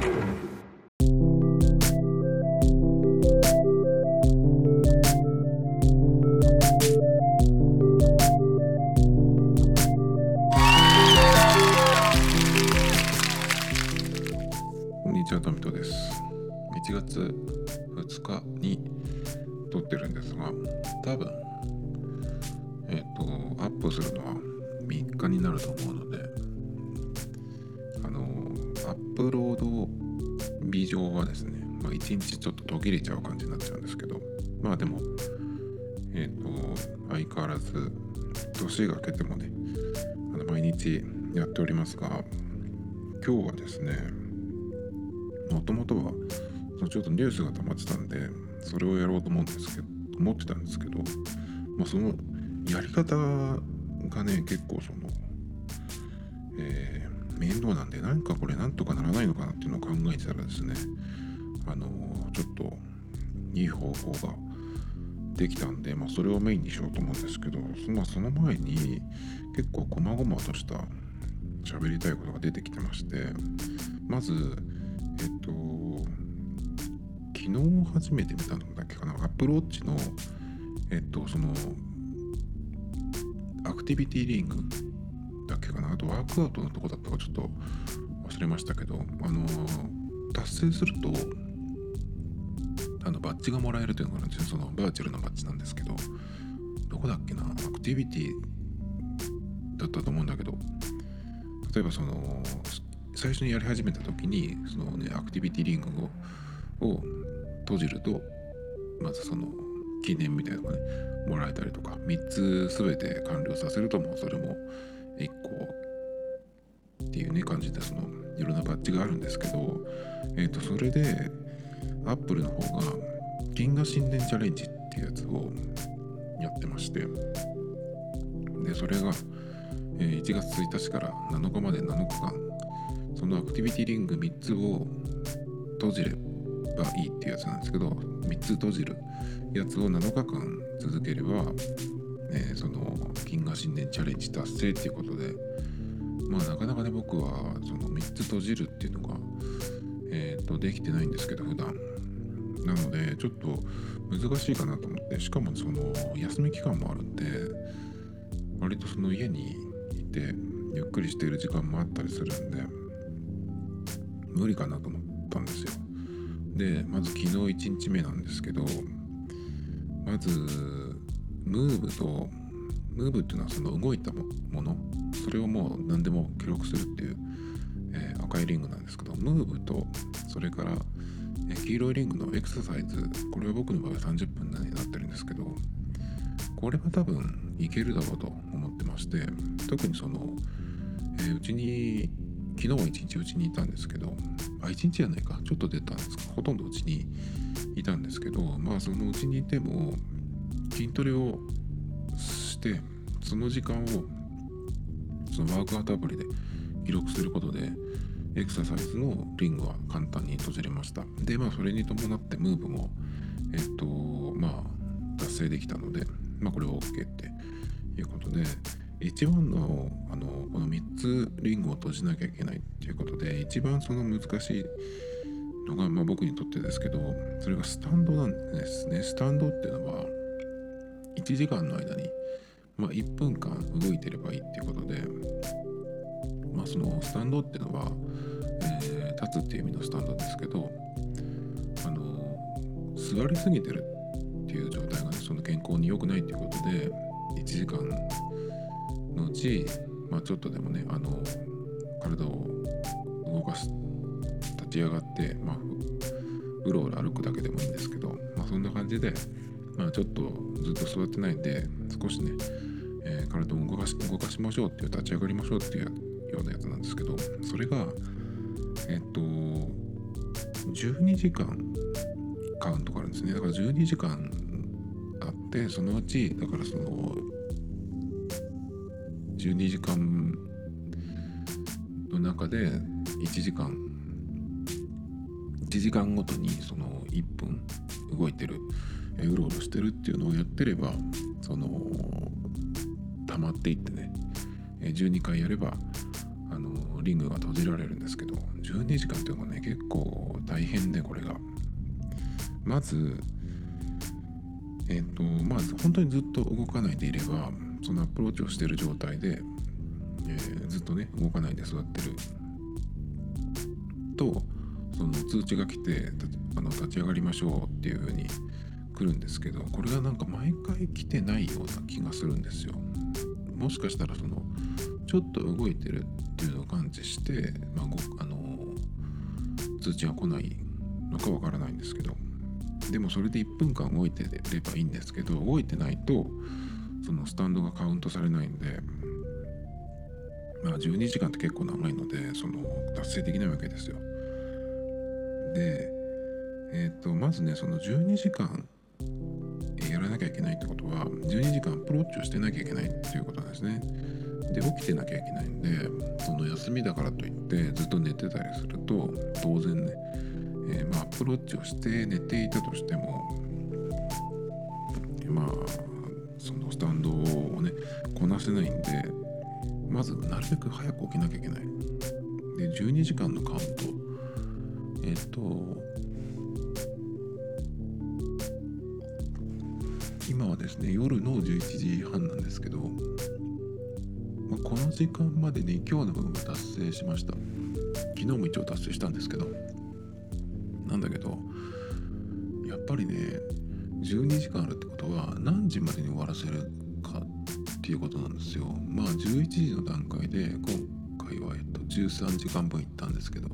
こんにちは、トミトです。1月2日に撮ってるんですが、多分アップするのは3日になると思うので、アップロード日上はですね、1日ちょっと途切れちゃう感じになっちゃうんですけど、でも相変わらず年が明けてもね、毎日やっておりますが、今日はですね、もともとはちょっとニュースが溜まってたんで、それをやろうと思ってたんですけど、そのやり方がね、結構面倒なんで、なんかこれなんとかならないのかなっていうのを考えてたらですね、ちょっといい方法ができたんで、それをメインにしようと思うんですけど、その前に結構細々とした喋りたいことが出てきてまして、まず昨日初めて見たのだっけかな、アップルウォッチのそのアクティビティリングだっけかな、あとワークアウトのとこだったかちょっと忘れましたけど、達成するとバッジがもらえるというのがそのバーチャルなバッジなんですけど、どこだっけな、アクティビティだったと思うんだけど、例えば最初にやり始めた時にアクティビティリングを閉じると、まず記念みたいなのがねもらえたりとか、3つ全て完了させるともうそれも1個っていうね感じでいろんなバッジがあるんですけど、それでアップルの方が銀河新年チャレンジっていうやつをやってまして、でそれが1月1日から7日まで7日間そのアクティビティリング3つを閉じればいいっていうやつなんですけど、3つ閉じるやつを7日間続ければ、その銀河新年チャレンジ達成っていうことで、なかなかね僕は3つ閉じるっていうのが、できてないんですけど普段なのでちょっと難しいかなと思って、しかも休み期間もあるんで割と家にいてゆっくりしている時間もあったりするんで無理かなと思ったんですよ。でまず昨日1日目なんですけど、まずムーブっていうのは動いたもの、それをもう何でも記録するっていう、赤いリングなんですけど、ムーブとそれから、黄色いリングのエクササイズ、これは僕の場合は30分になってるんですけど、これは多分いけるだろうと思ってまして、特にうちに昨日は1日うちにいたんですけど、1日じゃないか、ちょっと出たんですか、ほとんどうちにいたんですけど、そのうちにいても筋トレをしてその時間をワークアウトアプリで記録することでエクササイズのリングは簡単に閉じれました。でそれに伴ってムーブも達成できたのでこれは OK っていうことで、一番のこの3つリングを閉じなきゃいけないっていうことで、一番難しいのが僕にとってですけど、それがスタンドなんですね。スタンドっていうのは1時間の間に1分間動いてればいいっていうことで、そのスタンドっていうのは、立つっていう意味のスタンドですけど、座りすぎてるっていう状態がね健康に良くないっていうことで、1時間のうちちょっとでもね体を動かす、立ち上がってうろうろ歩くだけでもいいんですけど、そんな感じでちょっとずっと座ってないんで少しね、体を動かしましょうっていう、立ち上がりましょうっていうようなやつなんですけど、それが12時間カウントがあるんですね。だから12時間あって、そのうちだから12時間の中で1時間ごとに1分動いてる、うろうろしてるっていうのをやってれば溜まっていってね、12回やればリングが閉じられるんですけど、12時間っていうのがね結構大変で、これがまずまず本当にずっと動かないでいれば、そのアプローチをしている状態で、ずっとね動かないで座ってると、その通知が来て立ち上がりましょうっていう風に来るんですけど、これがなんか毎回来てないような気がするんですよ。もしかしたらそのちょっと動いてるっていうのを感知して、通知が来ないのかわからないんですけど、でもそれで1分間動いてればいいんですけど、動いてないとそのスタンドがカウントされないんで、12時間って結構長いので、その達成できないわけですよ。で、まずね、その12時間やらなきゃいけないってことは、12時間アプローチをしてなきゃいけないっていうことなんですね。で、起きてなきゃいけないんで、その休みだからといってずっと寝てたりすると、当然ね、アプローチをして寝ていたとしても、そのスタンドをねこなせないんで、まずなるべく早く起きなきゃいけない。で、12時間のカウント、今はですね夜の11時半なんですけど、この時間までに今日の分は達成しました。昨日も一応達成したんですけど、なんだけどやっぱりね、12時間あるってことは何時までに終わらせるかっていうことなんですよ。11時の段階で今回は13時間分いったんですけど、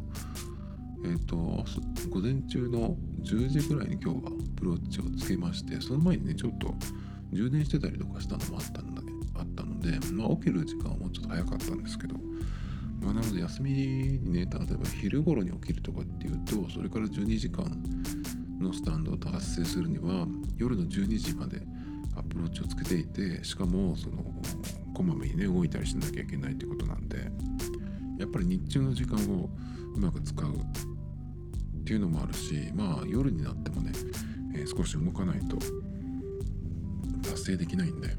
午前中の10時ぐらいに今日はアプローチをつけまして、その前にねちょっと充電してたりとかしたのもあったので、起きる時間はもうちょっと早かったんですけど、なので休みにね、例えば昼頃に起きるとかっていうと、それから12時間のスタンドを達成するには夜の12時までアプローチをつけていて、しかもそのこまめにね動いたりしなきゃいけないってことなんで、やっぱり日中の時間をうまく使うっていうのもあるし、夜になってもね、少し動かないと達成できないんで、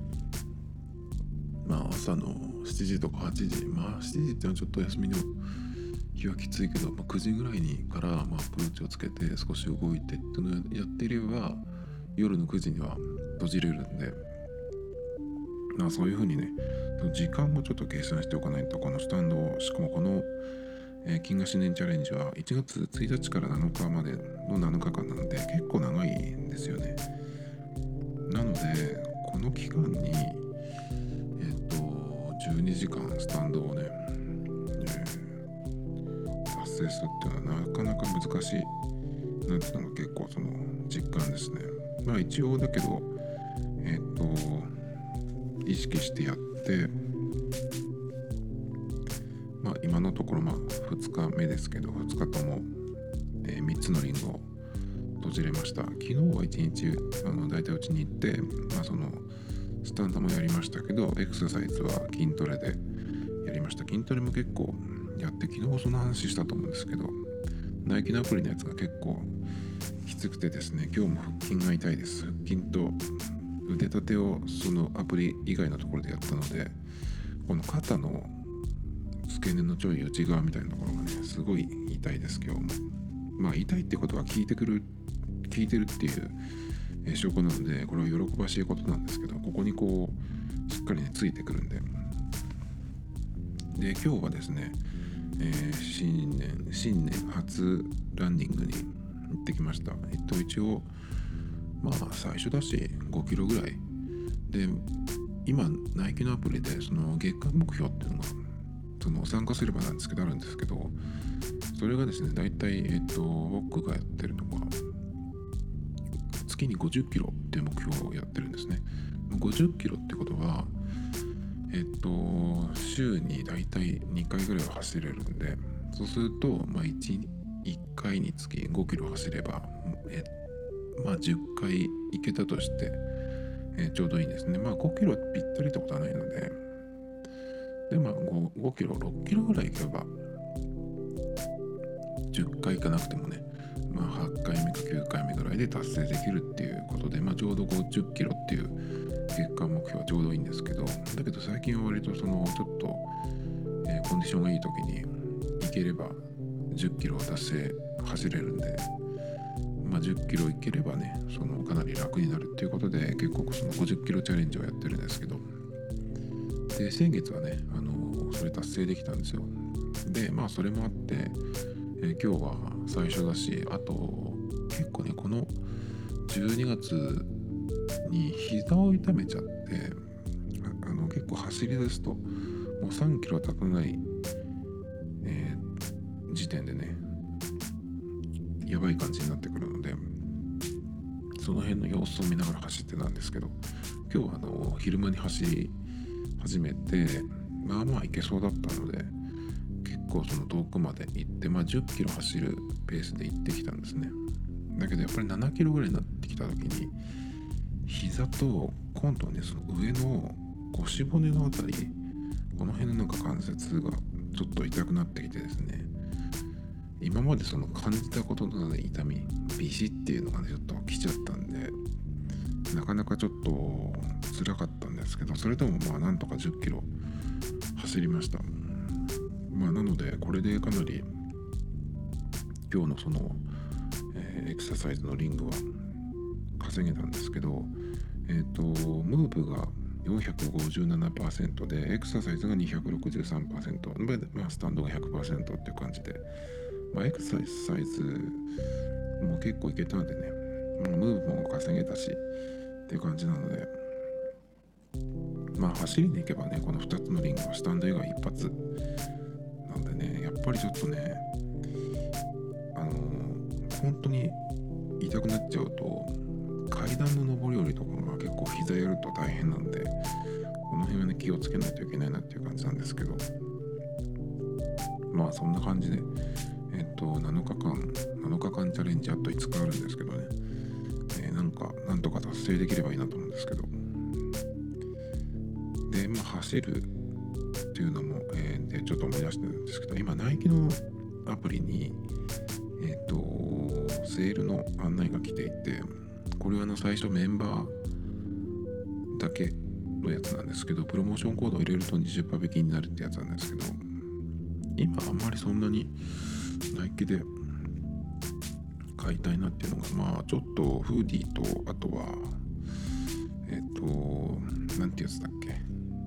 朝の7時とか8時、7時っていうのはちょっと休みの日はきついけど、9時ぐらいにからアプローチをつけて少し動いてっていうのをやっていれば、夜の9時には閉じれるんで、そういう風にね、時間もちょっと計算しておかないと、このスタンドを、しかもこの金河新年チャレンジは1月1日から7日までの7日間なので結構長いんですよね。なのでこの期間に12時間スタンドをね、達成するっていうのはなかなか難しいなんていうのが結構その実感ですね。一応だけど意識してやって、今のところ2日目ですけど、2日とも、3つのリングを閉じれました。昨日は1日だいたいうちに行って、そのスタンドもやりましたけど、エクササイズは筋トレでやりました。筋トレも結構やって、昨日その話したと思うんですけど、ナイキのアプリのやつが結構きつくてですね、今日も腹筋が痛いです。腹筋と腕立てをそのアプリ以外のところでやったので、この肩の付け根のちょい内側みたいなところがねすごい痛いです。今日も痛いってことは効いてるっていう証拠なので、これは喜ばしいことなんですけど、ここにこうしっかりねついてくるんで、今日はですね、新年初ランニングに行ってきました。一応最初だし5キロぐらいで、今ナイキのアプリでその月間目標っていうのがその参加すればなんですけどあるんですけど、それがですねだいたい僕がやってるのは月に50キロっていう目標をやってるんですね。50キロってことは週にだいたい2回ぐらいは走れるんで、そうすると1回につき5キロ走れば10回行けたとして、ちょうどいいんですね。5キロぴったりってことはないので、5キロ6キロぐらい行けば10回行かなくてもね、8回目か9回目ぐらいで達成できるっていうことで、ちょうど50キロっていう月間目標はちょうどいいんですけど、だけど最近は割とそのちょっと、 コンディションがいい時に行ければ10キロを達成走れるんで、10キロ行ければねかなり楽になるっていうことで、結構その50キロチャレンジをやってるんですけど、で先月はねそれ達成できたんですよ。でそれもあって、今日は最初だし、あと結構ねこの12月に膝を痛めちゃって、結構走り出すともう3キロ経たない、時点でねやばい感じになってくるので、その辺の様子を見ながら走ってたんですけど、今日は昼間に走り始めて行けそうだったので、結構その遠くまで行って、10キロ走るペースで行ってきたんですね。だけどやっぱり7キロぐらいになってきた時に膝と今度はねその上の腰骨のあたり、この辺の関節がちょっと痛くなってきてですね、今までその感じたことのない痛み、ビシっていうのがねちょっと来ちゃったんで、なかなかちょっと辛かったんですけど、それでもなんとか10キロ走りました。なのでこれでかなり今日のその、エクササイズのリングは稼げたんですけど、ムーブが457% でエクササイズが 263%、スタンドが 100% っていう感じで、エクササイズも結構いけたんでね、ムーブも稼げたしっていう感じなので、走りに行けばねこの2つのリングはスタンド以外一発なんでね、やっぱりちょっとね本当に痛くなっちゃうと階段の上り下りとかが結構膝やると大変なんで、この辺はね気をつけないといけないなっていう感じなんですけど、そんな感じで7日間チャレンジあと5日あるんですけどね、なんとか達成できればいいなと思うんですけど、で走るっていうのも、でちょっと思い出してるんですけど、今ナイキのアプリにセールの案内が来ていて、これは最初メンバーだけのやつなんですけど、プロモーションコードを入れると 20% 引きになるってやつなんですけど、今あんまりそんなにナイキで買いたいなっていうのが、ちょっとフーディーと、あとはなんてやつだっけ、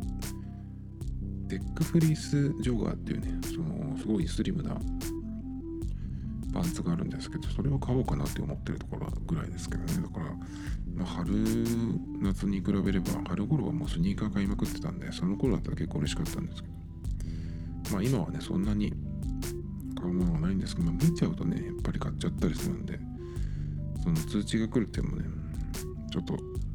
テックフリースジョガーっていうね、すごいスリムなパンツがあるんですけど、それを買おうかなって思ってるところぐらいですけどね。だから、春夏に比べれば春頃はもうスニーカー買いまくってたんで、その頃だったら結構嬉しかったんですけど、今はねそんなに買うものがないんですけど、見ちゃうとねやっぱり買っちゃったりするんで、その通知が来るっていうのもねちょっと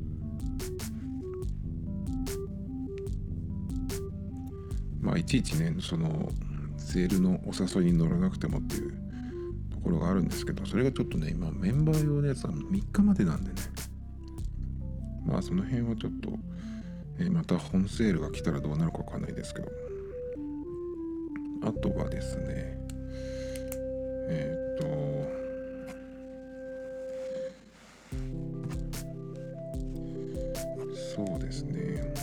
いちいちねそのセールのお誘いに乗らなくてもっていうところがあるんですけど、それがちょっとね今メンバー用のやつは3日までなんでね、その辺はちょっと、また本セールが来たらどうなるかわかんないですけど、あとはですねそうですね、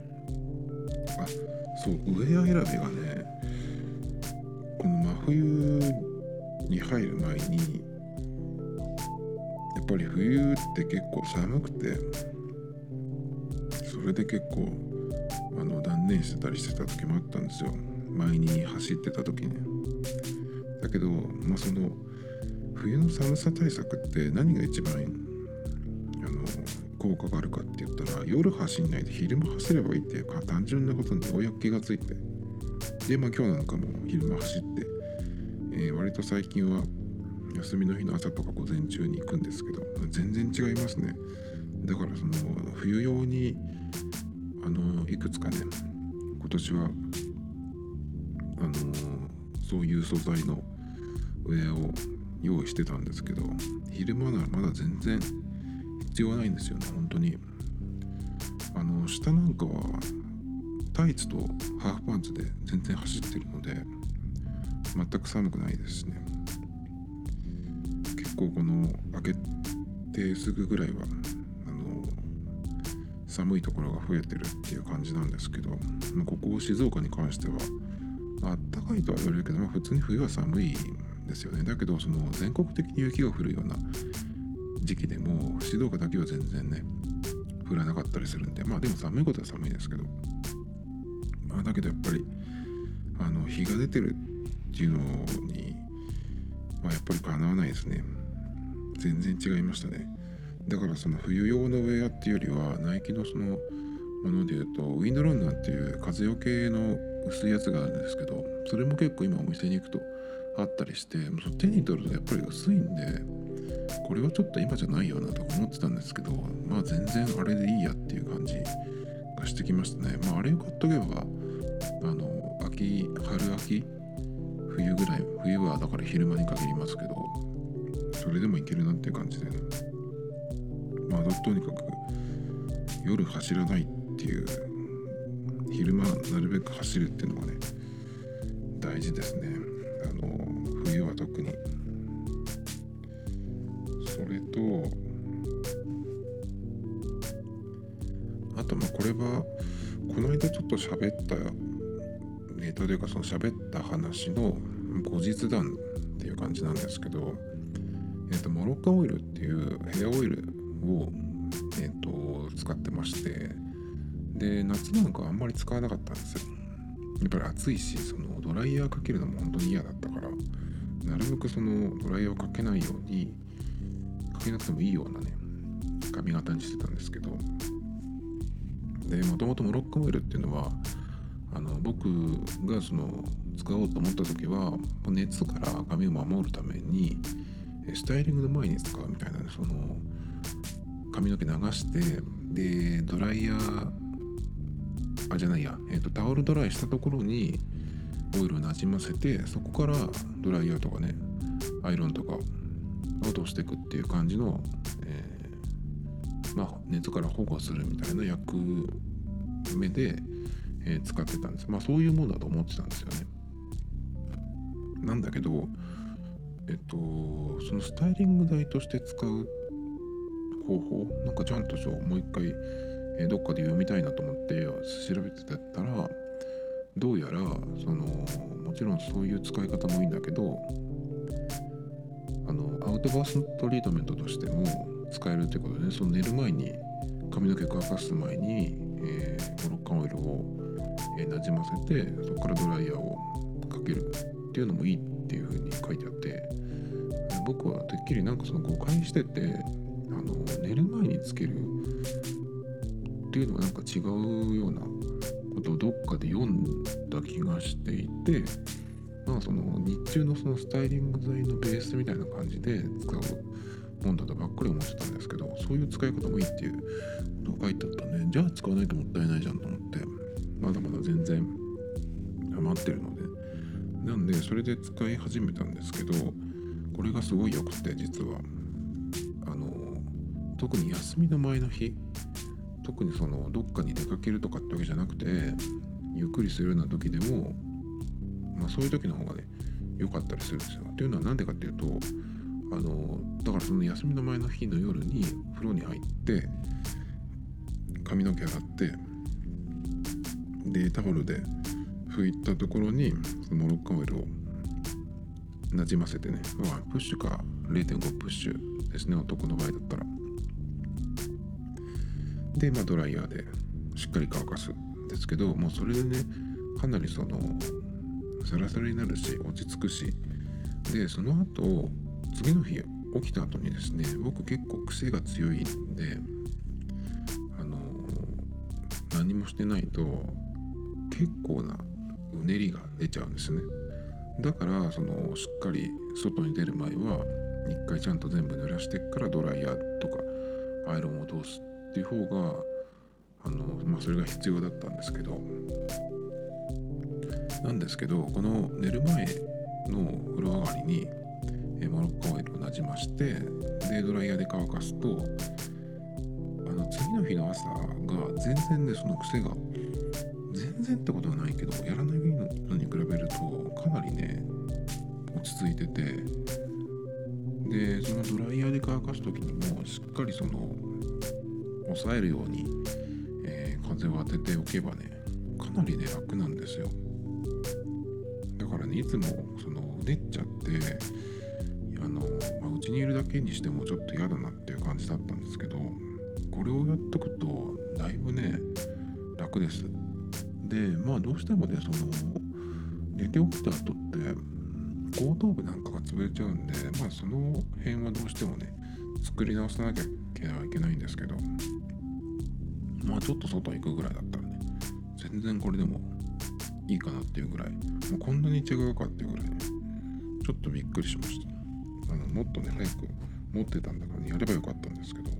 ウェア選びがねこの真冬に入る前に、やっぱり冬って結構寒くて、それで結構断念してたりしてた時もあったんですよ、前に走ってた時に。だけどその冬の寒さ対策って何が一番効果があるかって言ったら、夜走んないで昼間走ればいいっていうか単純なことにようやく気がついて、で今日なんかも昼間走って、割と最近は休みの日の朝とか午前中に行くんですけど、全然違いますね。だからその冬用にいくつかね今年はそういう素材のウェアを用意してたんですけど、昼間ならまだ全然必要ないんですよね本当に。下なんかはタイツとハーフパンツで全然走ってるので全く寒くないですしね。結構この開けてすぐぐらいは寒いところが増えてるっていう感じなんですけど、ここ静岡に関してはまあったかいとは言われるけど、普通に冬は寒いんですよね。だけどその全国的に雪が降るような時期でも静岡だけは全然ね降らなかったりするんで、でも寒いことは寒いですけど、だけどやっぱり日が出てるっていうのにやっぱりかなわないですね。全然違いましたね。だからその冬用のウェアっていうよりはナイキのそのものでいうとウィンドランナーっていう風よけの薄いやつがあるんですけど、それも結構今お店に行くとあったりして、手に取るとやっぱり薄いんで、これはちょっと今じゃないよなとか思ってたんですけど、全然あれでいいやっていう感じがしてきましたね。あれを買っとけば春秋冬ぐらい、冬はだから昼間に限りますけど、それでもいけるなっていう感じで、とにかく夜走らないっていう、昼間なるべく走るっていうのがね大事ですね。冬は特に。それとあとこれはこの間ちょっと喋ったネタというか、その喋った話の後日談っていう感じなんですけど、モロッカオイルっていうヘアオイルを、使ってまして、で夏なんかあんまり使わなかったんですよ。やっぱり暑いし、そのドライヤーかけるのも本当に嫌だったから、なるべくそのドライヤーをかけないように、かけなくてもいいようなね髪型にしてたんですけど、でもともとモロッカオイルっていうのは僕がその使おうと思った時は熱から髪を守るためにスタイリングの前に使うみたいな、その髪の毛流してでドライヤータオルドライしたところにオイルをなじませて、そこからドライヤーとかねアイロンとかを落としていくっていう感じの、熱から保護するみたいな役目で、使ってたんです。そういうものだと思ってたんですよね。なんだけどそのスタイリング台として使う方法ちゃんともう一回、どっかで読みたいなと思って調べてたら、どうやらもちろんそういう使い方もいいんだけど、アウトバーストリートメントとしても使えるということで、その寝る前に髪の毛乾かす前に、モロッカンオイルを、なじませて、そこからドライヤーをかけるっていうのもいいっていう風に書いてあって、僕はてっきりその誤解してて、寝る前につけるっていうのは違うようなことをどっかで読んだ気がしていて、その日中のそのスタイリング剤のベースみたいな感じで使うもんだとばっかり思ってたんですけど、そういう使い方もいいっていうことが書いてあったね。じゃあ使わないともったいないじゃんと思って、まだまだ全然余ってるので、なんでそれで使い始めたんですけど、これがすごい良くて、実は特に休みの前の日、特にそのどっかに出かけるとかってわけじゃなくて、ゆっくりするような時でも、そういう時の方がね良かったりするんですよ。っていうのはなんでかっていうと、だからその休みの前の日の夜に風呂に入って髪の毛洗ってでタオルで拭いたところにそのモロッカンオイルをなじませてね、プッシュか 0.5 プッシュですね、男の場合だったら。でドライヤーでしっかり乾かすんですけど、もうそれでねかなりそのサラサラになるし落ち着くし、でその後次の日起きた後にですね、僕結構癖が強いんで何もしてないと結構なうねりが出ちゃうんですね。だからしっかり外に出る前は一回ちゃんと全部濡らしてからドライヤーとかアイロンを通すっていう方がそれが必要だったんですけど、この寝る前の風呂上がりにモロッカンオイルをなじましてでドライヤーで乾かすと次の日の朝が全然ね、その癖が全然ってことはないけどやらないのに比べるとかなりね落ち着いてて、でそのドライヤーで乾かす時にもしっかり抑えるように、風を当てておけばねかなりね楽なんですよ。 からね、いつもその練っちゃってうちにいるだけにしてもちょっと嫌だなっていう感じだったんですけど、これをやっとくとだいぶね楽です。でどうしてもね、その寝て起きた後って後頭部なんかが潰れちゃうんで、その辺はどうしてもね作り直さなきゃいけないんですけど、ちょっと外行くぐらいだったらね、全然これでもいいかなっていうぐらい、もうこんなに違うかっていうぐらいね、ちょっとびっくりしました。もっとね早く持ってたんだからね、やればよかったんですけど。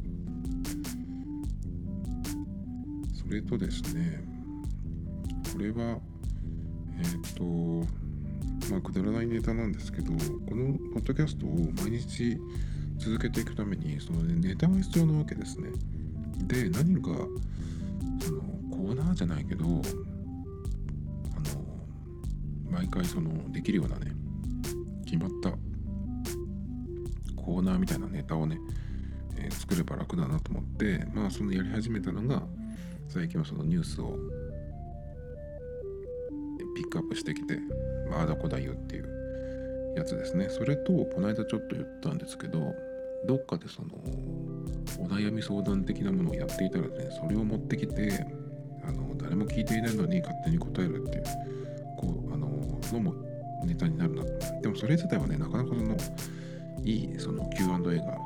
それとですね、これはくだらないネタなんですけど、このポッドキャストを毎日続けていくためにその、ネタが必要なわけですね。で、何かそのコーナーじゃないけど、毎回そのできるようなね決まったコーナーみたいなネタをね、作れば楽だなと思って、そのやり始めたのが、最近はそのニュースをピックアップしてきて、あだこだ言うっていうやつですね。それとこの間ちょっと言ったんですけど、どっかでそのお悩み相談的なものをやっていたらね、それを持ってきて誰も聞いていないのに勝手に答えるっていうのもネタになるな。でもそれ自体はね、なかなかいいその Q&A が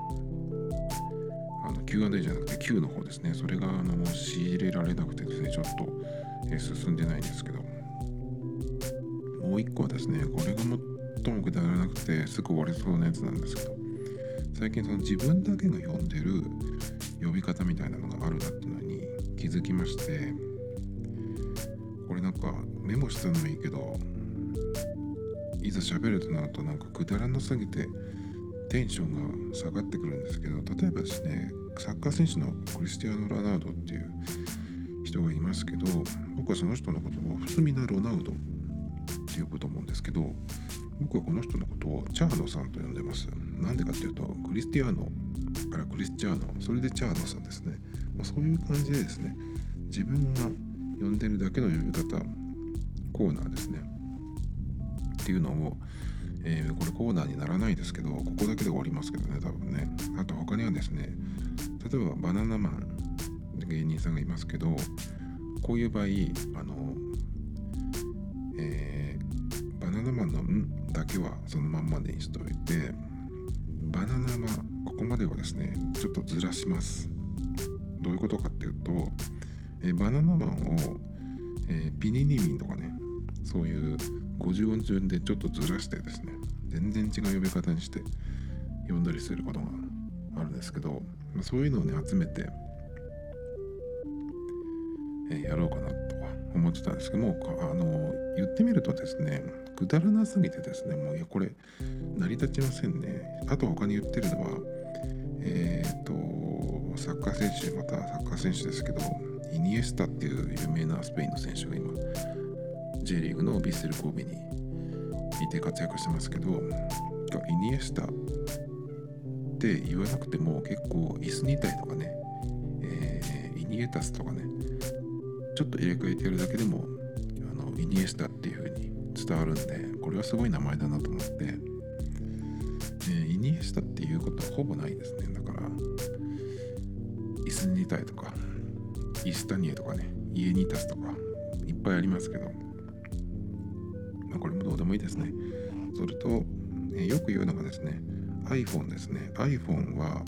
Q&A じゃなくて Q の方ですね。それが仕入れられなくてですね、ちょっと、進んでないんですけど、もう一個はですね、これが最もくだらなくてすぐ終わりそうなやつなんですけど、最近その自分だけが呼んでる呼び方みたいなのがあるなっていうのに気づきまして、これなんかメモしたのはいいけど、いざ喋るとなるとなんかくだらなすぎてテンションが下がってくるんですけど、例えばですね、サッカー選手のクリスティアーノ・ロナウドっていう人がいますけど、僕はその人のことをフスミナ・ロナウドって呼ぶと思うんですけど、僕はこの人のことをチャーノさんと呼んでます。なんでかっていうと、クリスティアーノからクリスチャーノ、それでチャーノさんですね。そういう感じでですね、自分が呼んでるだけの呼び方コーナーですねっていうのを、これコーナーにならないですけど、ここだけで終わりますけどね、多分ね。あと他にはですね、例えばバナナマン芸人さんがいますけど、こういう場合バナナマンのんだけはそのまんまでにしておいて、バナナマンここまではですねちょっとずらします。どういうことかっていうと、バナナマンを、ピニニミンとかね、そういう50音順でちょっとずらしてですね、全然違う呼び方にして呼んだりすることがあるんですけど、そういうのをね集めて、やろうかなと思ってたんですけども、言ってみるとですね、くだらなすぎてですね、もうこれ成り立ちませんね。あと他に言ってるのはサッカー選手、またサッカー選手ですけど、イニエスタっていう有名なスペインの選手が今 J リーグのヴィッセル神戸にいて活躍してますけど、イニエスタって言わなくても結構イスニタイとかね、イニエタスとかね、ちょっと入れ替えてやるだけでもイニエスタっていう風に伝わるんで、これはすごい名前だなと思って、イニエスタっていうことはほぼないですね。だからイスニタイとかイスタニエとかね、イエニタスとかいっぱいありますけど、これもどうでもいいですね。それと、よく言うのがですね、iPhone ですね。iPhone は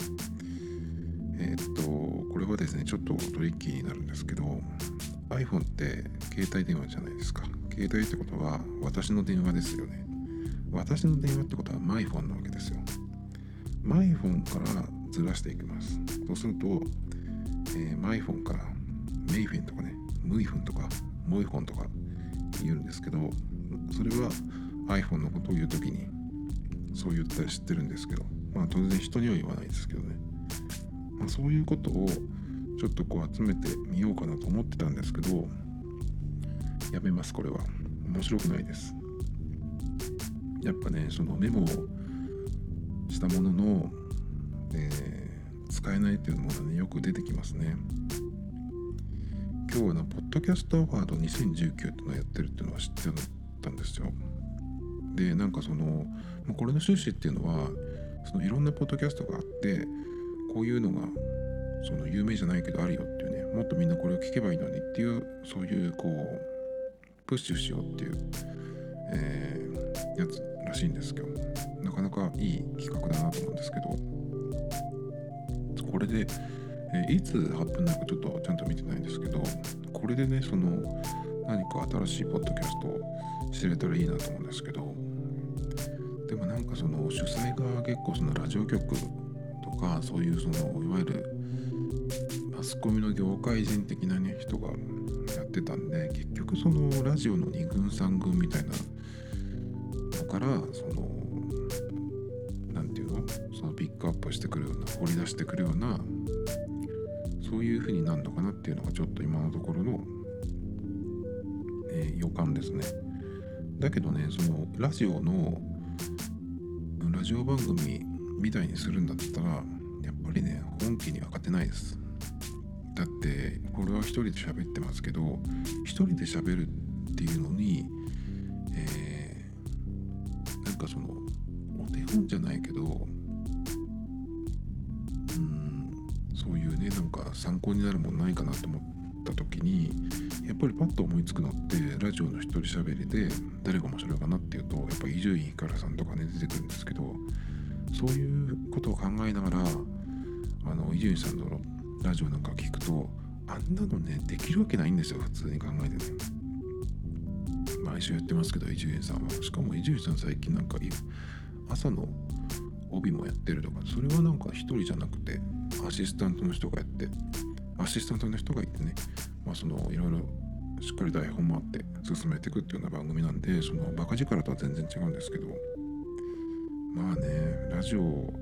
これはですねちょっとトリッキーになるんですけど、 iPhone って携帯電話じゃないですか。携帯ってことは私の電話ですよね。私の電話ってことはマイフォンなわけですよ。マイフォンからずらしていきます。そうすると、マイフォンからメイフェンとかね、ムイフンとかモイフォンとか言うんですけど、それは iPhone のことを言うときにそう言ったり知ってるんですけど、当然人には言わないですけどね。そういうことをちょっとこう集めてみようかなと思ってたんですけど、やめます。これは面白くないです。やっぱね、そのメモをしたものの、使えないっていうものがねよく出てきますね。今日はポッドキャストアワード2019っていうのをやってるっていうのは知ってたんですよ。 でなんかそのこれの趣旨っていうのはそのいろんなポッドキャストがあってこういうのがその有名じゃないけどあるよっていうね、もっとみんなこれを聞けばいいのにっていうそういうこうプッシュしようっていう、やつらしいんですけど、なかなかいい企画だなと思うんですけど、これで、いつ発表なのかちょっとちゃんと見てないんですけど、これでねその何か新しいポッドキャストを知れたらいいなと思うんですけど、でもなんかその主催が結構そのラジオ局とかそういうそのいわゆるマスコミの業界人的なね人がやってたんで、結局そのラジオの2軍3軍みたいなのからそのなんていうの、そのピックアップしてくるような掘り出してくるようなそういう風になるのかなっていうのがちょっと今のところの、予感ですね。だけどねそのラジオ番組みたいにするんだったらやっぱりね本気には勝てないです。だってこれは一人で喋ってますけど、一人で喋るっていうのに、なんかそのお手本じゃないけどそういうねなんか参考になるもんないかなと思った時にやっぱりパッと思いつくのってラジオの一人喋りで誰が面白いかなっていうとやっぱ伊集院光さんとかね出てくるんですけど、そういうことを考えながら伊集院さんのラジオなんか聞くとあんなのねできるわけないんですよ普通に考えてね。毎週やってますけど伊集院さんは、しかも伊集院さん最近なんか朝の帯もやってるとか、それはなんか一人じゃなくてアシスタントの人がやって、アシスタントの人がいてね、そのいろいろしっかり台本もあって進めていくっていうような番組なんで、そのバカ力とは全然違うんですけど、ラジオ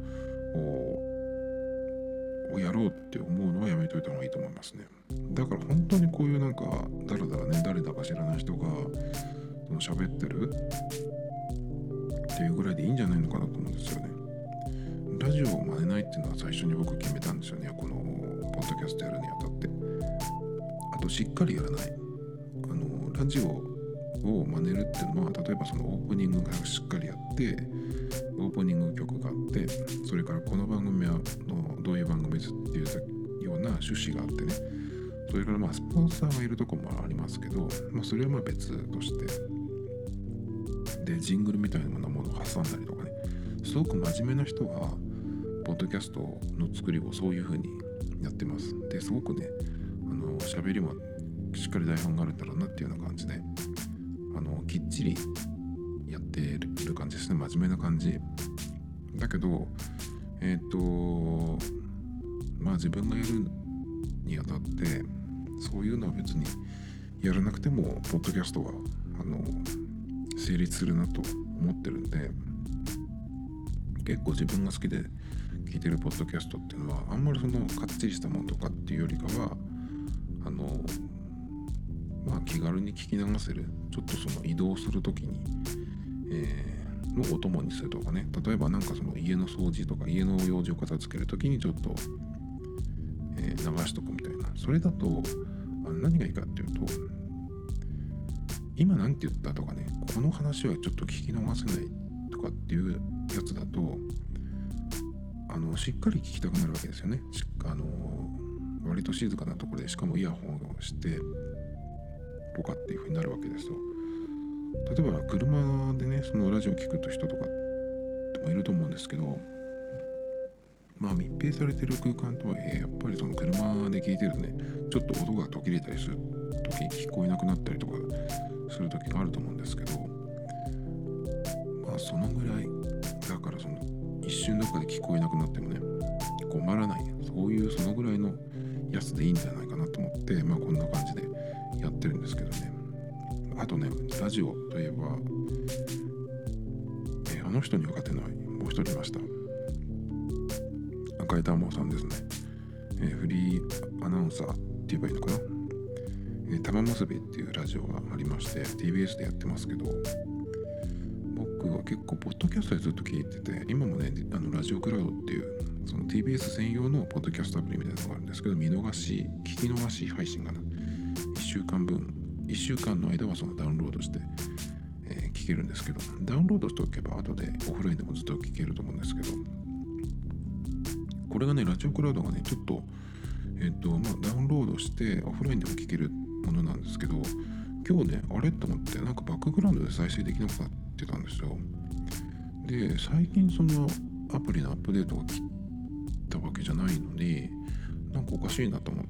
をやろうって思うのはやめといた方がいいと思いますね。だから本当にこういうなんかだらだらね誰だか知らない人がその喋ってるっていうぐらいでいいんじゃないのかなと思うんですよね。ラジオを真似ないっていうのは最初に僕決めたんですよね、このポッドキャストやるにあたって。あとしっかりやらない、ラジオを真似るっていうのは、例えばそのオープニングがしっかりやってオープニング曲があって、それからこの番組はどういう番組ですっていうような趣旨があってね、それからスポンサーがいるとこもありますけど、それは別としてでジングルみたいなものを挟んだりとかね、すごく真面目な人がポッドキャストの作りをそういう風にやってます。で、すごくね喋りもしっかり台本があるんだろうなっていうような感じできっちりやってる感じですね。真面目な感じだけど自分がやるにあたってそういうのは別にやらなくてもポッドキャストは成立するなと思ってるんで、結構自分が好きで聞いてるポッドキャストっていうのはあんまりそのかっちりしたものとかっていうよりかは気軽に聞き流せる、ちょっとその移動するときに、のお供にするとかね、例えばなんかその家の掃除とか家の用事を片付けるときにちょっと、流しとくみたいな。それだと何がいいかっていうと、今なんて言ったとかね、この話はちょっと聞き逃せないとかっていうやつだとしっかり聞きたくなるわけですよね。割と静かなところでしかもイヤホンをしてとかっていう風になるわけですよ。例えば車でねそのラジオ聞く人とかもいると思うんですけど、密閉されてる空間とはいえやっぱりその車で聞いてるとねちょっと音が途切れたりする時に聞こえなくなったりとかする時があると思うんですけど、そのぐらいだからその一瞬どっかで聞こえなくなってもね困らない、そういうそのぐらいのやつでいいんじゃないかなと思ってこんな感じでやってるんですけどね。あとねラジオといえば、あの人には勝てないもう一人いました。赤井田門さんですね。フリーアナウンサーって言えばいいのかな。玉結びっていうラジオがありまして TBS でやってますけど、僕は結構ポッドキャストでずっと聞いてて、今もねラジオクラウドっていうその TBS 専用のポッドキャストアプリみたいなのがあるんですけど、聞き逃し配信がな1週間の間はそのダウンロードして、聞聞けるんですけど、ダウンロードしておけば後でオフラインでもずっと聞けると思うんですけど、これがねラジオクラウドがねちょっとダウンロードしてオフラインでも聞けるものなんですけど、今日ねあれと思ってなんかバックグラウンドで再生できなくなってたんですよ。で最近そのアプリのアップデートが切ったわけじゃないのになんかおかしいなと思って、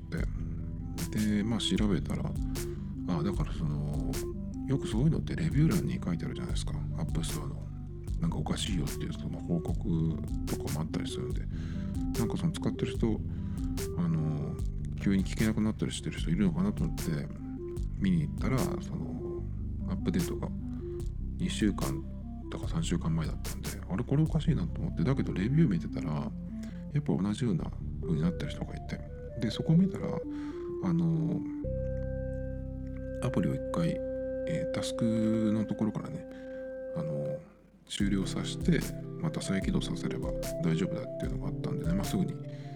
で調べたらだからよくそういうのってレビュー欄に書いてあるじゃないですか、アップストアのなんかおかしいよっていうその報告とかもあったりするんで、なんかその使ってる人急に聞けなくなったりしてる人いるのかなと思って見に行ったら、そのアップデートが2週間とか3週間前だったんで、あれこれおかしいなと思って、だけどレビュー見てたらやっぱ同じような風になってる人がいて、でそこ見たらアプリを一回、タスクのところからね終了させてまた再起動させれば大丈夫だっていうのがあったんでね、すぐに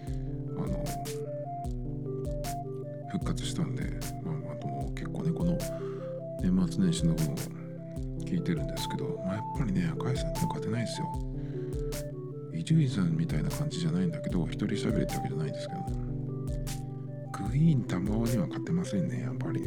復活したんで、あともう結構ねこの年末年始の分を聞いてるんですけど、やっぱりね赤井さんには勝てないですよ。伊集院さんみたいな感じじゃないんだけど、一人喋りってわけじゃないんですけど、グイーン玉緒には勝てませんねやっぱり。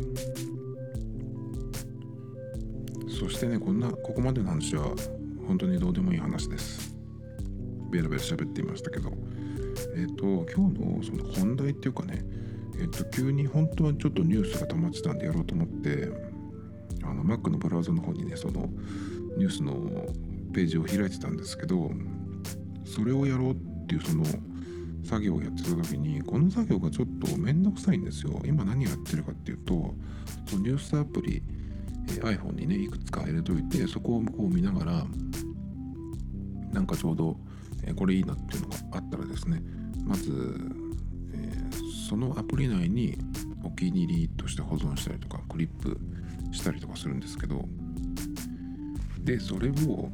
そしてねここまでの話は本当にどうでもいい話です。ベラベラ喋っていましたけど、今日のその本題っていうかね、急に本当はちょっとニュースが溜まってたんでやろうと思ってMac のブラウザの方にねそのニュースのページを開いてたんですけど、それをやろうっていうその作業をやってた時にこの作業がちょっとめんどくさいんですよ。今何やってるかっていうと、そのニュースアプリiPhone にねいくつか入れといて、そこをこう見ながらなんかちょうどこれいいなっていうのがあったらですね、まず、そのアプリ内にお気に入りとして保存したりとかクリップしたりとかするんですけど、でそれを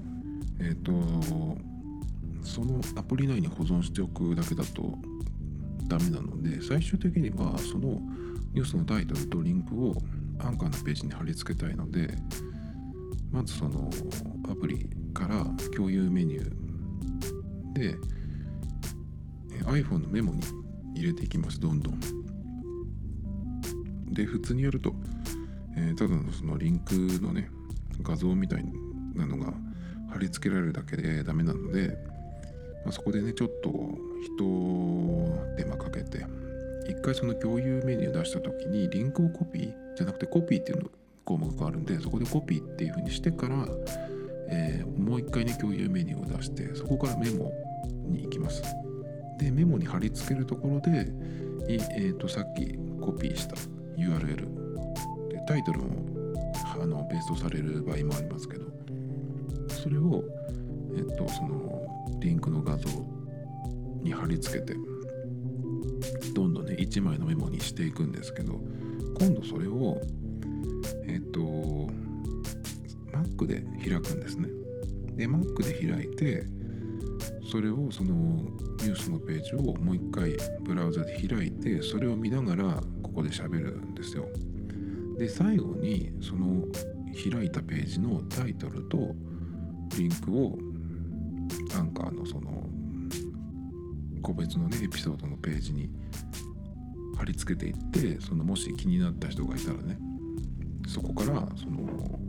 そのアプリ内に保存しておくだけだとダメなので、最終的にはそのニュースのタイトルとリンクをアンカーのページに貼り付けたいので、まずそのアプリから共有メニューで iPhone のメモに入れていきます。どんどんで普通にやると、ただのそのリンクのね画像みたいなのが貼り付けられるだけでダメなので、そこでねちょっと一手間かけて一回その共有メニュー出した時にリンクをコピーじゃなくてコピーっていうの項目があるんで、そこでコピーっていう風にしてから、もう一回ね共有メニューを出してそこからメモに行きます。でメモに貼り付けるところでさっきコピーした URL でタイトルもペーストされる場合もありますけど、それをそのリンクの画像に貼り付けてどんどんね1枚のメモにしていくんですけど、今度それをMac で開くんですね。で Mac で開いてそれをそのニュースのページをもう一回ブラウザで開いてそれを見ながらここで喋るんですよ。で最後にその開いたページのタイトルとリンクをアンカーのその個別のねエピソードのページに貼り付けていって、そのもし気になった人がいたらねそこからその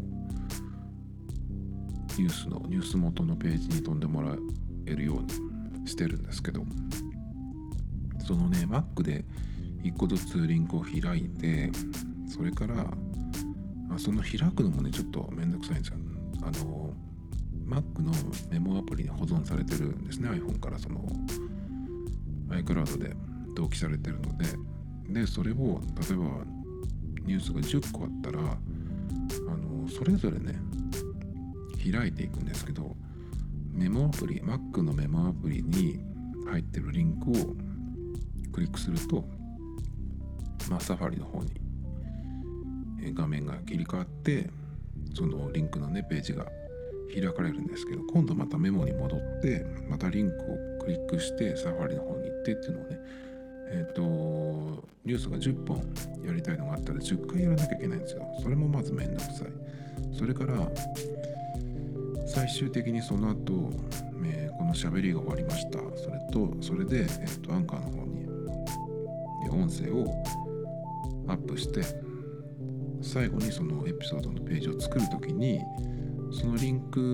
ニュース元のページに飛んでもらえるようにしてるんですけど、そのね Mac で1個ずつリンクを開いて、それからその開くのもねちょっとめんどくさいんですよ。Mac のメモアプリに保存されてるんですね。 iPhone からその iCloud で同期されてるので、それを例えばニュースが10個あったらそれぞれね開いていくんですけど、メモアプリ Mac のメモアプリに入ってるリンクをクリックすると、サファリの方に画面が切り替わってそのリンクのねページが開かれるんですけど、今度またメモに戻ってまたリンクをクリックしてサファリの方に行ってっていうのをねニュースが10本やりたいのがあったら10回やらなきゃいけないんですよ。それもまずめんどくさい。それから最終的にその後、この喋りが終わりました。それで、アンカーの方に音声をアップして、最後にそのエピソードのページを作るときにそのリンク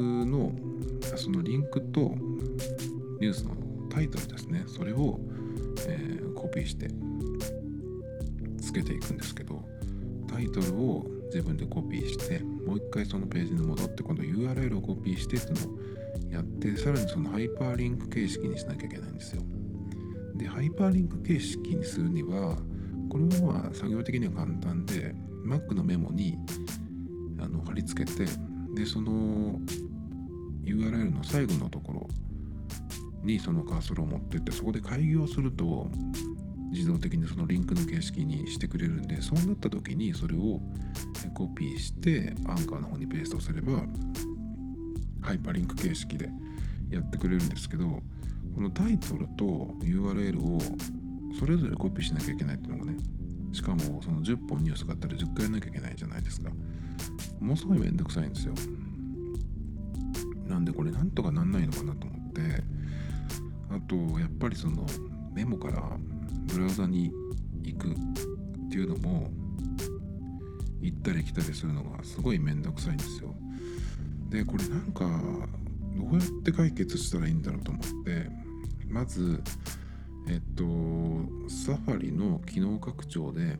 とニュースのタイトルですね、それを、コピーしてつけていくんですけど、タイトルを自分でコピーしてもう一回そのページに戻って今度 URL をコピーしてっていうのをやって、さらにそのハイパーリンク形式にしなきゃいけないんですよ。でハイパーリンク形式にするにはこれはまあ作業的には簡単で Mac のメモに貼り付けて、でその URL の最後のところにそのカーソルを持ってってそこで開業すると自動的にそのリンクの形式にしてくれるんで、そうなった時にそれをコピーしてアンカーの方にペーストすればハイパーリンク形式でやってくれるんですけど、このタイトルと URL をそれぞれコピーしなきゃいけないっていうのがね、しかもその10本ニュースがあったら10回やらなきゃいけないじゃないですか。ものすごいめんどくさいんですよ。なんでこれなんとかなんないのかなと思って、あとやっぱりそのメモからブラウザに行くっていうのも行ったり来たりするのがすごいめんどくさいんですよ。でこれなんかどうやって解決したらいいんだろうと思って、まずサファリの機能拡張で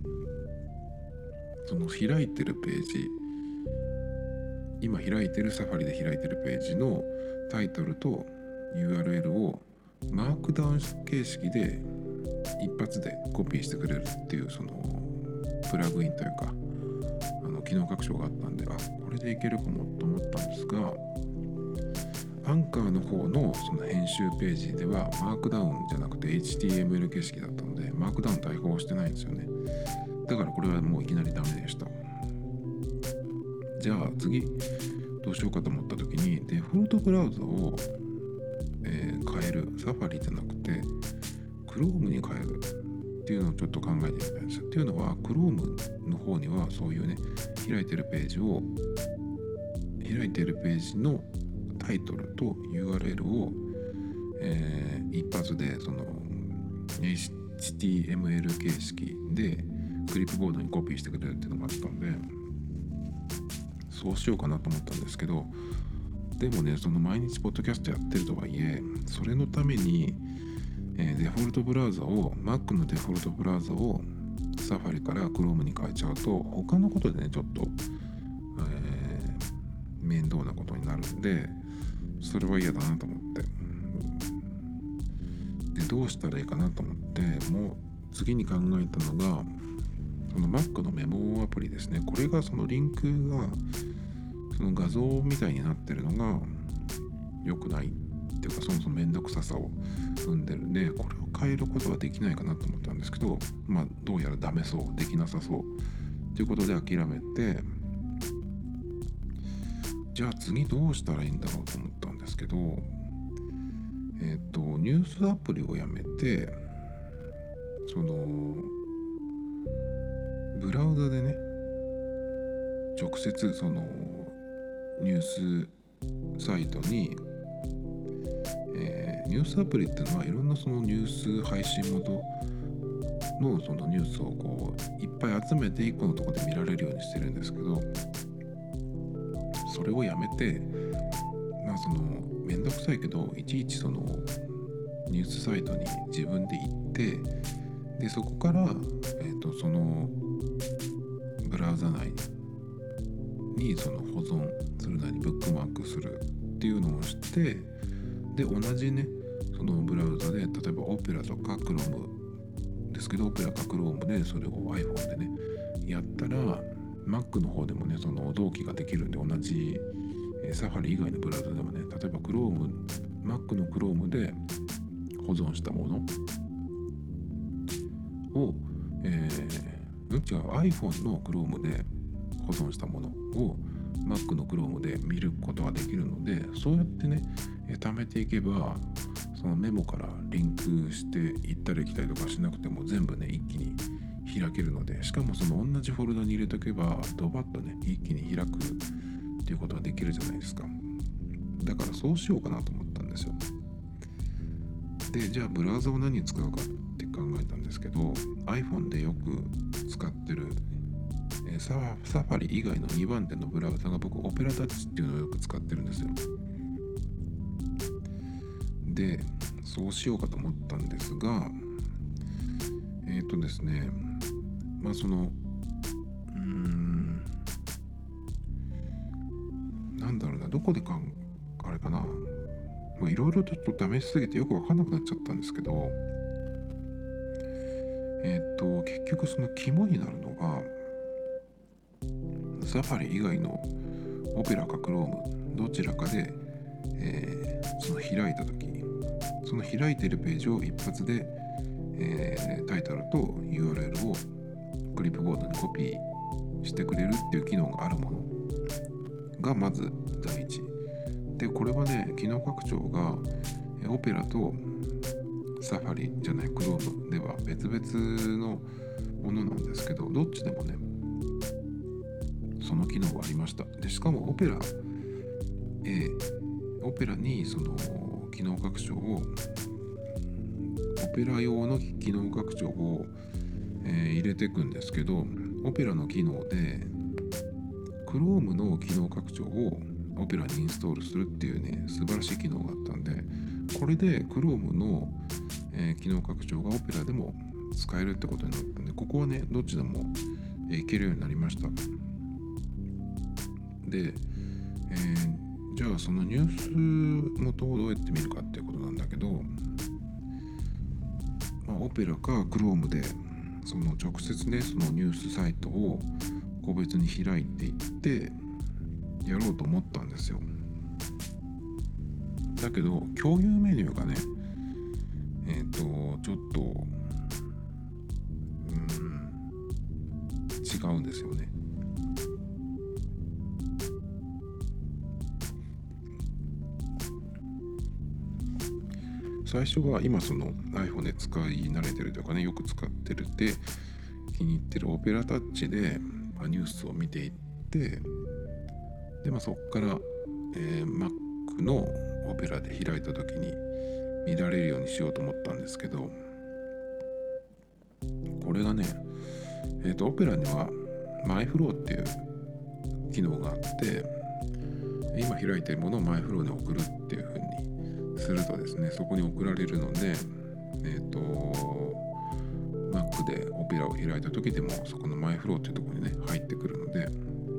その開いてるページ、今開いてるサファリで開いてるページのタイトルと URL をマークダウン形式で一発でコピーしてくれるっていうそのプラグインというか機能拡張があったんで、これでいけるかもと思ったんですが、アンカーの方のその編集ページではマークダウンじゃなくて HTML 形式だったのでマークダウン対応してないんですよね。だからこれはもういきなりダメでした。じゃあ次どうしようかと思った時にデフォルトブラウザを、変える、サファリじゃなくて Chrome に変えるっていうのをちょっと考えてみたんですよ。っていうのは Chrome の方にはそういうね開いてるページのタイトルと URL を、一発でその HTML 形式でクリップボードにコピーしてくれるっていうのがあったんで、そうしようかなと思ったんですけど、でもねその毎日ポッドキャストやってるとはいえそれのために、デフォルトブラウザを Mac のデフォルトブラウザをサファリから Chrome に変えちゃうと他のことでねちょっと、面倒なことになるんで、それは嫌だなと思って、でどうしたらいいかなと思って、もう次に考えたのがその Mac のメモアプリですね。これがそのリンクがその画像みたいになってるのが良くないっていうか、そもそもめんどくささを生んでるんで、これを変えることはできないかなと思ったんですけど、どうやらダメそう、できなさそうということで諦めて、じゃあ次どうしたらいいんだろうと思ったんですけど、ニュースアプリをやめてそのブラウザでね直接そのニュースサイトに、ニュースアプリっていうのはいろんなそのニュース配信元のそのニュースをこういっぱい集めて一個のところで見られるようにしてるんですけど、それをやめてそのめんどくさいけどいちいちそのニュースサイトに自分で行って、でそこから、そのブラウザ内にその保存するなりブックマークするっていうのをして、で同じねそのブラウザで例えばオペラとか Chrome ですけど、オペラか Chrome でそれを iPhone でねやったら Mac の方でもねその同期ができるんで、同じサファリ以外のブラウザでもね、例えば Mac の Chrome で保存したものを、iPhone の Chrome で保存したものを Mac の Chrome で見ることができるので、そうやってね貯めていけばそのメモからリンクして行ったり来たりとかしなくても全部ね一気に開けるので、しかもその同じフォルダに入れとけばドバッとね一気に開くっていうことができるじゃないですか。だからそうしようかなと思ったんですよ。でじゃあブラウザを何に使うかって考えたんですけど、 iPhone でよく使ってるサファリ以外の2番手のブラウザが僕オペラタッチっていうのをよく使ってるんですよ。でそうしようかと思ったんですが、ですね、まあそのなんだろうな、どこであれかな、もういろいろと試しすぎてよく分かんなくなっちゃったんですけど、結局その肝になるのがサファリ以外のオペラかクロームどちらかで、その開いた時、その開いているページを一発で、タイトルと URL をクリップボードにコピーしてくれるっていう機能があるものがまず第一で、これはね機能拡張がオペラとサファリじゃないクロームでは別々のものなんですけど、どっちでもねその機能がありました。でしかもオペラにその機能拡張をオペラ用の機能拡張を、入れていくんですけど、オペラの機能で Chrome の機能拡張をオペラにインストールするっていうね素晴らしい機能があったんで、これで Chrome の、機能拡張がオペラでも使えるってことになったんで、ここはねどっちでも、いけるようになりました。で、じゃあそのニュース元をどうやって見るかっていうことなんだけど、オペラか Chrome でその直接ねそのニュースサイトを個別に開いていってやろうと思ったんですよ。だけど共有メニューがねちょっと違うんですよね。最初は今その iPhone で使い慣れてるというかね、よく使ってるで気に入ってるオペラタッチでニュースを見ていって、でそこから、Mac のオペラで開いた時に見られるようにしようと思ったんですけど、これがねオペラには MyFlow っていう機能があって、今開いているものを MyFlow に送るっていう風にするとですね、そこに送られるので、Mac でオペラを開いた時でもそこの MyFlow っていうところにね入ってくるので、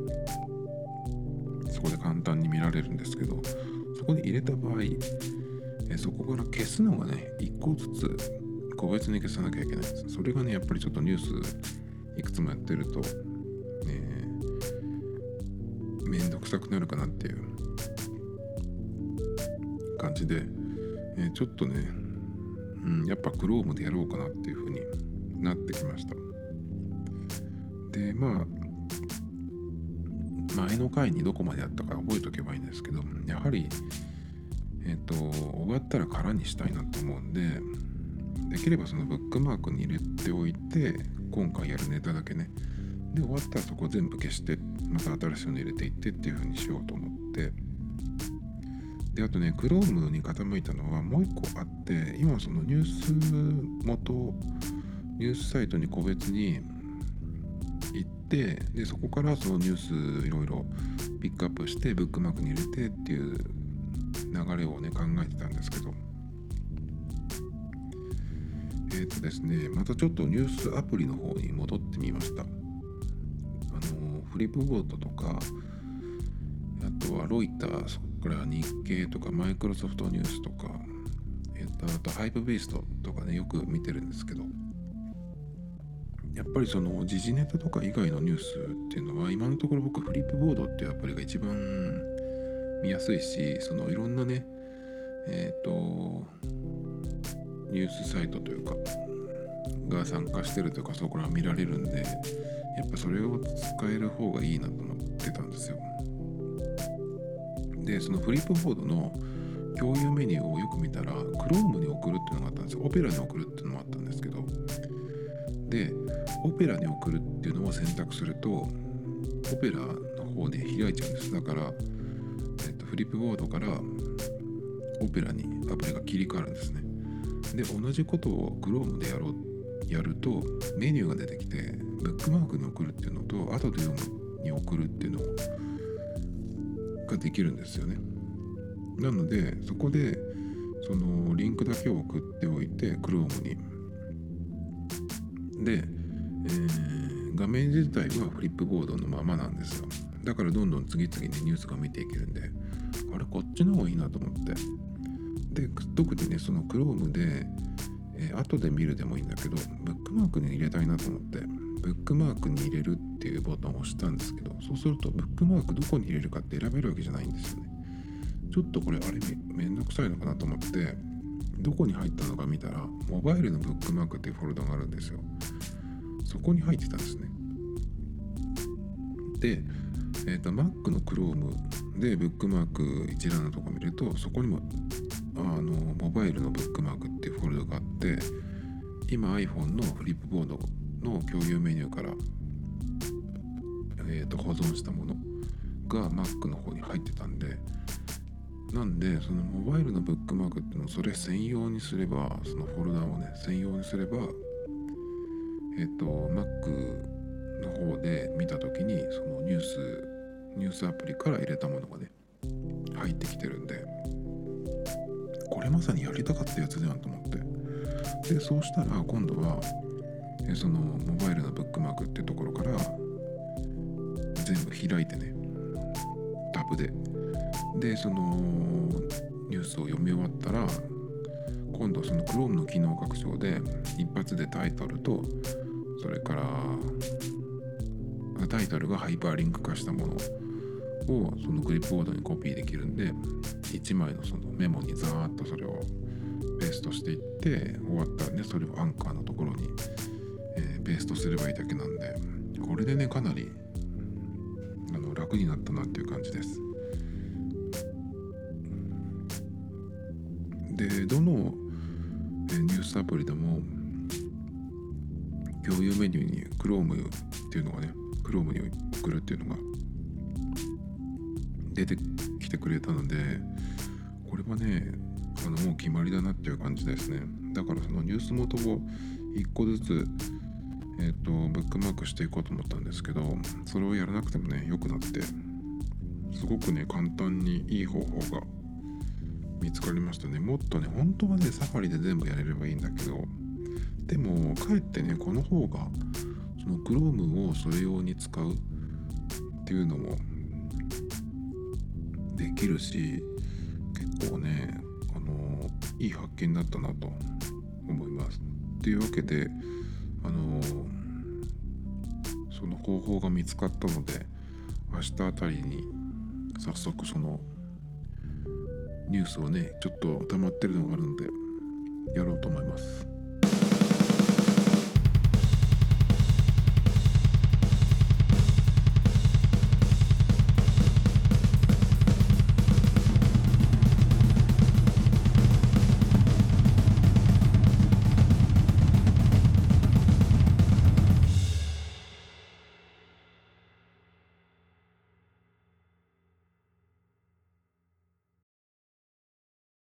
そこで簡単に見られるんですけど、そこに入れた場合、そこから消すのがね1個ずつ個別に消さなきゃいけないんです。それがねやっぱりちょっとニュースいくつもやってると、めんどくさくなるかなっていう感じで、ちょっとね、やっぱ Chrome でやろうかなっていう風になってきました。で前の回にどこまでやったか覚えておけばいいんですけど、やはり終わったら空にしたいなと思うんで、できればそのブックマークに入れておいて、今回やるネタだけねで終わったらそこ全部消してまた新しいの入れていってっていう風にしようと思って、であとね Chrome に傾いたのはもう一個あって、今そのニュースサイトに個別に行って、でそこからそのニュースいろいろピックアップしてブックマークに入れてっていう流れをね考えてたんですけど、ですね、またちょっとニュースアプリの方に戻ってみました。フリップボードとか、あとはロイター、そこから日経とかマイクロソフトニュースとか、あとハイプベーストとかねよく見てるんですけど、やっぱりその時事ネタとか以外のニュースっていうのは今のところ僕フリップボードっていうアプリが一番見やすいし、そのいろんなねニュースサイトというかが参加してるというか、そこから見られるんで、やっぱそれを使える方がいいなと思ってたんですよ。でそのフリップボードの共有メニューをよく見たら Chrome に送るっていうのがあったんですよ。オペラに送るっていうのもあったんですけど、でオペラに送るっていうのを選択するとオペラの方で開いちゃうんです。だから、フリップボードからオペラにアプリが切り替わるんですね。で同じことを Chrome でやるとメニューが出てきてブックマークに送るっていうのと後で読むに送るっていうのができるんですよね。なのでそこでそのリンクだけを送っておいて Chrome にで、画面自体はフリップボードのままなんですよ。だからどんどん次々にニュースが見ていけるんで、あれこっちの方がいいなと思って、で特にねその Chrome で、後で見るでもいいんだけどブックマークに入れたいなと思ってブックマークに入れるっていうボタンを押したんですけど、そうするとブックマークどこに入れるかって選べるわけじゃないんですよね。ちょっとこれあれめんどくさいのかなと思ってどこに入ったのか見たらモバイルのブックマークっていうフォルダがあるんですよ。そこに入ってたんですね。で、Mac の Chrome でブックマーク一覧のとこ見るとそこにもモバイルのブックマークっていうフォルダがあって、今 iPhone のフリップボードの共有メニューから、保存したものが Mac の方に入ってたんで、なんでそのモバイルのブックマークっていうのをそれ専用にすれば、そのフォルダをね専用にすればMac の方で見たときにそのニュースアプリから入れたものがね入ってきてるんで、これまさにやりたかったやつじゃんと思って、でそうしたら今度はそのモバイルのブックマークっていうところから全部開いてねタブでそのニュースを読み終わったら今度その Chrome の機能拡張で一発でタイトルとそれからタイトルがハイパーリンク化したものをそのクリップボードにコピーできるんで、1枚のそのメモにザーッとそれをペーストしていって終わったらねそれをアンカーのところに、ペーストすればいいだけなんで、これでねかなり楽になったなっていう感じです。でどのニュースアプリでも共有メニューに Chrome っていうのがね Chrome に送るっていうのが出てきてくれたので、これはねもう決まりだなっていう感じですね。だからそのニュース元を1個ずつブックマークしていこうと思ったんですけど、それをやらなくてもね良くなって、すごくね簡単にいい方法が見つかりましたね。もっとね本当はねサファリで全部やれればいいんだけど、でもかえってねこの方がその Chrome をそれ用に使うっていうのもできるし、結構ねいい発見だったなと思います。というわけでその方法が見つかったので、明日あたりに早速そのニュースをねちょっと溜まってるのがあるのでやろうと思います。